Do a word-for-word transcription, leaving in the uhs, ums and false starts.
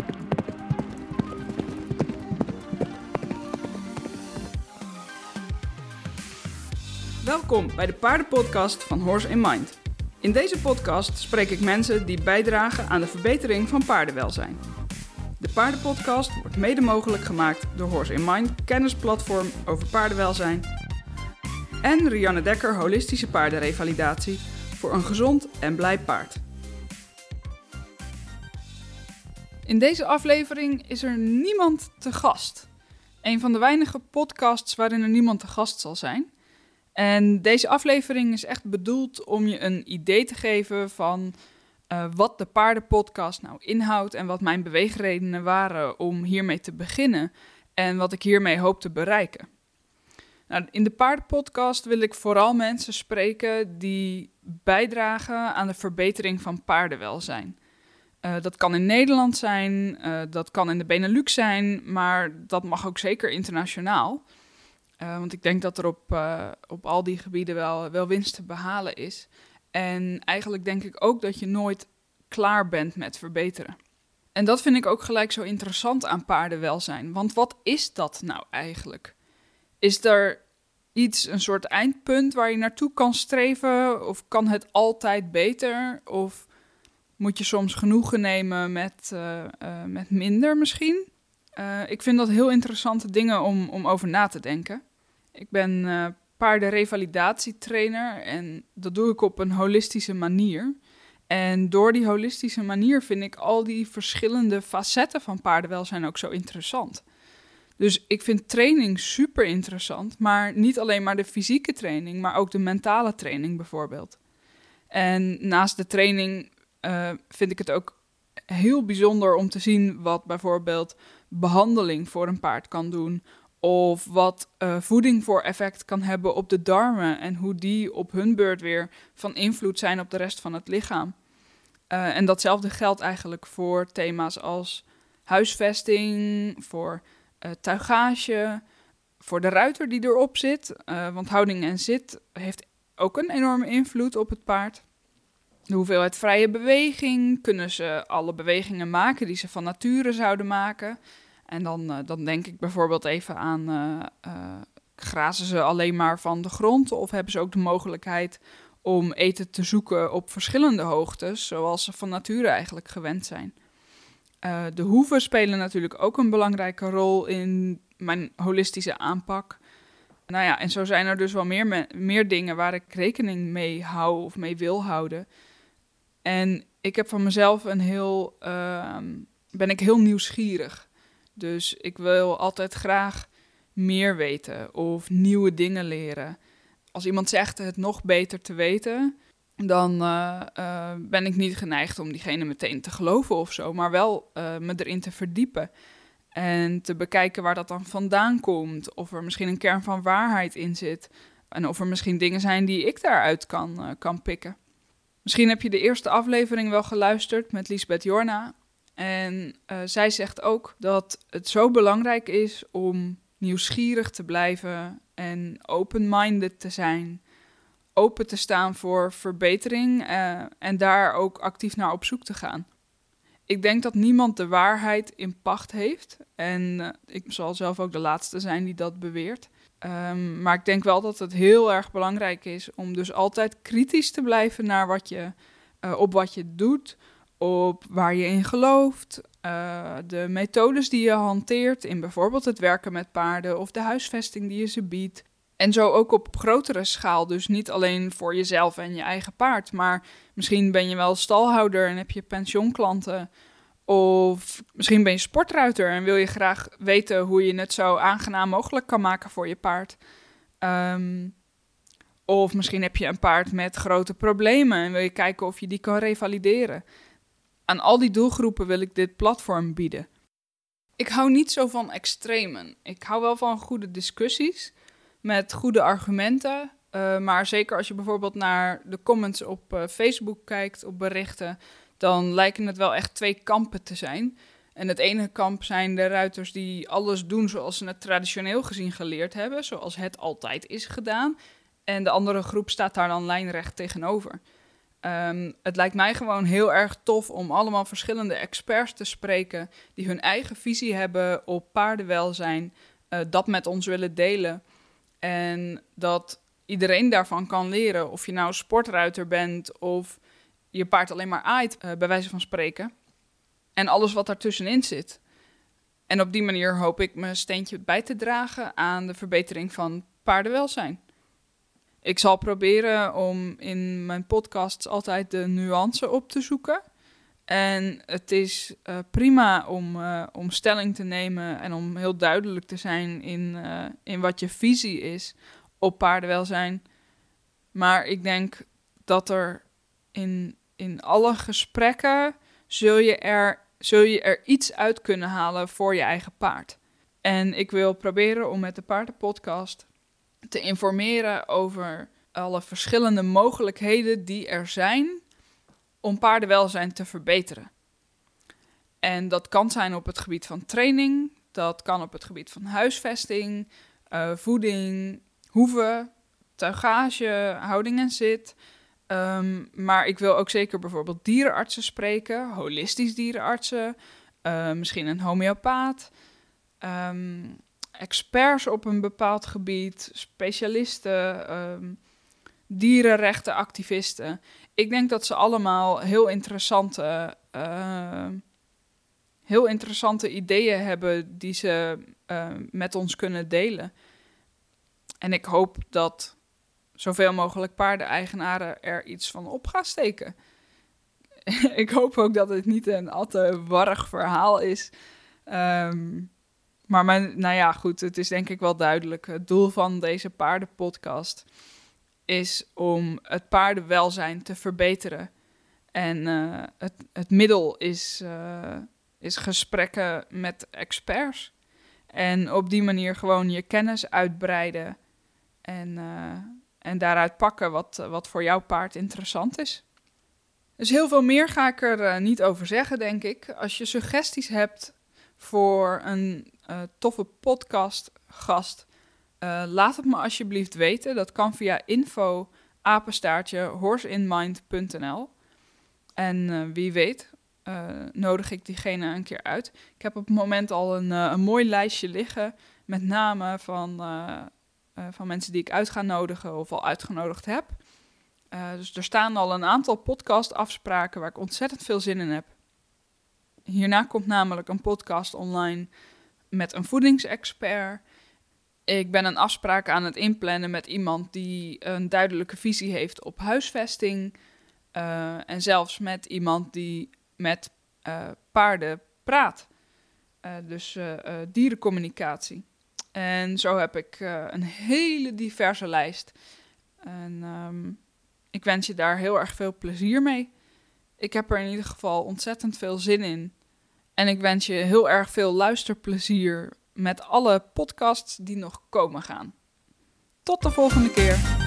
Welkom bij de paardenpodcast van Horse in Mind. In deze podcast spreek ik mensen die bijdragen aan de verbetering van paardenwelzijn. De paardenpodcast wordt mede mogelijk gemaakt door Horse in Mind, kennisplatform over paardenwelzijn, en Rianne Dekker holistische paardenrevalidatie voor een gezond en blij paard. In deze aflevering is er niemand te gast. Een van de weinige podcasts waarin er niemand te gast zal zijn. En deze aflevering is echt bedoeld om je een idee te geven van uh, wat de paardenpodcast nou inhoudt en wat mijn beweegredenen waren om hiermee te beginnen en wat ik hiermee hoop te bereiken. Nou, in de paardenpodcast wil ik vooral mensen spreken die bijdragen aan de verbetering van paardenwelzijn. Uh, dat kan in Nederland zijn, uh, dat kan in de Benelux zijn, maar dat mag ook zeker internationaal. Uh, want ik denk dat er op, uh, op al die gebieden wel, wel winst te behalen is. En eigenlijk denk ik ook dat je nooit klaar bent met verbeteren. En dat vind ik ook gelijk zo interessant aan paardenwelzijn. Want wat is dat nou eigenlijk? Is er iets, een soort eindpunt waar je naartoe kan streven? Of kan het altijd beter? Of moet je soms genoegen nemen met, uh, uh, met minder misschien? Uh, ik vind dat heel interessante dingen om, om over na te denken. Ik ben uh, paardenrevalidatietrainer en dat doe ik op een holistische manier. En door die holistische manier vind ik al die verschillende facetten van paardenwelzijn ook zo interessant. Dus ik vind training super interessant, maar niet alleen maar de fysieke training, maar ook de mentale training bijvoorbeeld. En naast de training uh, vind ik het ook heel bijzonder om te zien wat bijvoorbeeld behandeling voor een paard kan doen. Of wat uh, voeding voor effect kan hebben op de darmen en hoe die op hun beurt weer van invloed zijn op de rest van het lichaam. Uh, en datzelfde geldt eigenlijk voor thema's als huisvesting, voor uh, tuigage, voor de ruiter die erop zit. Uh, want houding en zit heeft ook een enorme invloed op het paard. De hoeveelheid vrije beweging, kunnen ze alle bewegingen maken die ze van nature zouden maken. En dan, uh, dan denk ik bijvoorbeeld even aan, uh, uh, grazen ze alleen maar van de grond of hebben ze ook de mogelijkheid om eten te zoeken op verschillende hoogtes, zoals ze van nature eigenlijk gewend zijn. Uh, de hoeven spelen natuurlijk ook een belangrijke rol in mijn holistische aanpak. Nou ja, en zo zijn er dus wel meer, me- meer dingen waar ik rekening mee hou of mee wil houden. En ik heb van mezelf een heel, uh, ben ik heel nieuwsgierig. Dus ik wil altijd graag meer weten of nieuwe dingen leren. Als iemand zegt het nog beter te weten, dan uh, uh, ben ik niet geneigd om diegene meteen te geloven of zo, maar wel uh, me erin te verdiepen. En te bekijken waar dat dan vandaan komt, of er misschien een kern van waarheid in zit. En of er misschien dingen zijn die ik daaruit kan, uh, kan pikken. Misschien heb je de eerste aflevering wel geluisterd met Liesbeth Jorna. En uh, zij zegt ook dat het zo belangrijk is om nieuwsgierig te blijven en open-minded te zijn. Open te staan voor verbetering uh, en daar ook actief naar op zoek te gaan. Ik denk dat niemand de waarheid in pacht heeft. En uh, ik zal zelf ook de laatste zijn die dat beweert. Um, maar ik denk wel dat het heel erg belangrijk is om dus altijd kritisch te blijven naar wat je, uh, op wat je doet, op waar je in gelooft, uh, de methodes die je hanteert in bijvoorbeeld het werken met paarden of de huisvesting die je ze biedt. En zo ook op grotere schaal, dus niet alleen voor jezelf en je eigen paard, maar misschien ben je wel stalhouder en heb je pensioenklanten. Of misschien ben je sportruiter en wil je graag weten hoe je het zo aangenaam mogelijk kan maken voor je paard. Um, of misschien heb je een paard met grote problemen en wil je kijken of je die kan revalideren. Aan al die doelgroepen wil ik dit platform bieden. Ik hou niet zo van extremen. Ik hou wel van goede discussies met goede argumenten. Uh, maar zeker als je bijvoorbeeld naar de comments op uh, Facebook kijkt, op berichten, dan lijken het wel echt twee kampen te zijn. En het ene kamp zijn de ruiters die alles doen zoals ze het traditioneel gezien geleerd hebben, zoals het altijd is gedaan. En de andere groep staat daar dan lijnrecht tegenover. Um, het lijkt mij gewoon heel erg tof om allemaal verschillende experts te spreken die hun eigen visie hebben op paardenwelzijn, uh, dat met ons willen delen. En dat iedereen daarvan kan leren, of je nou sportruiter bent of je paard alleen maar aait, uh, bij wijze van spreken. En alles wat daartussenin zit. En op die manier hoop ik mijn steentje bij te dragen aan de verbetering van paardenwelzijn. Ik zal proberen om in mijn podcasts altijd de nuance op te zoeken. En het is uh, prima om, uh, om stelling te nemen en om heel duidelijk te zijn in, uh, in wat je visie is op paardenwelzijn. Maar ik denk dat er in, in alle gesprekken zul je, er, zul je er iets uit kunnen halen voor je eigen paard. En ik wil proberen om met de paardenpodcast te informeren over alle verschillende mogelijkheden die er zijn om paardenwelzijn te verbeteren. En dat kan zijn op het gebied van training, dat kan op het gebied van huisvesting, uh, voeding, hoeven, tuigage, houding en zit. Um, maar ik wil ook zeker bijvoorbeeld dierenartsen spreken, holistisch dierenartsen, uh, misschien een homeopaat, um, experts op een bepaald gebied, specialisten, um, dierenrechtenactivisten. Ik denk dat ze allemaal heel interessante, uh, heel interessante ideeën hebben die ze uh, met ons kunnen delen. En ik hoop dat zoveel mogelijk paardeneigenaren er iets van op gaan steken. Ik hoop ook dat het niet een al te warrig verhaal is. Um, maar mijn, nou ja, goed, het is denk ik wel duidelijk. Het doel van deze paardenpodcast is om het paardenwelzijn te verbeteren. En uh, het, het middel is, uh, is gesprekken met experts. En op die manier gewoon je kennis uitbreiden. En, uh, en daaruit pakken wat, wat voor jouw paard interessant is. Dus heel veel meer ga ik er uh, niet over zeggen, denk ik. Als je suggesties hebt voor een uh, toffe podcastgast, Uh, laat het me alsjeblieft weten. Dat kan via info apenstaartje horseinmind punt n l. En uh, wie weet uh, nodig ik diegene een keer uit. Ik heb op het moment al een, uh, een mooi lijstje liggen met namen van, uh, uh, van mensen die ik uit ga nodigen of al uitgenodigd heb. Uh, dus er staan al een aantal podcastafspraken waar ik ontzettend veel zin in heb. Hierna komt namelijk een podcast online met een voedingsexpert. Ik ben een afspraak aan het inplannen met iemand die een duidelijke visie heeft op huisvesting. Uh, en zelfs met iemand die met uh, paarden praat. Uh, dus uh, uh, dierencommunicatie. En zo heb ik uh, een hele diverse lijst. En um, ik wens je daar heel erg veel plezier mee. Ik heb er in ieder geval ontzettend veel zin in. En ik wens je heel erg veel luisterplezier met alle podcasts die nog komen gaan. Tot de volgende keer.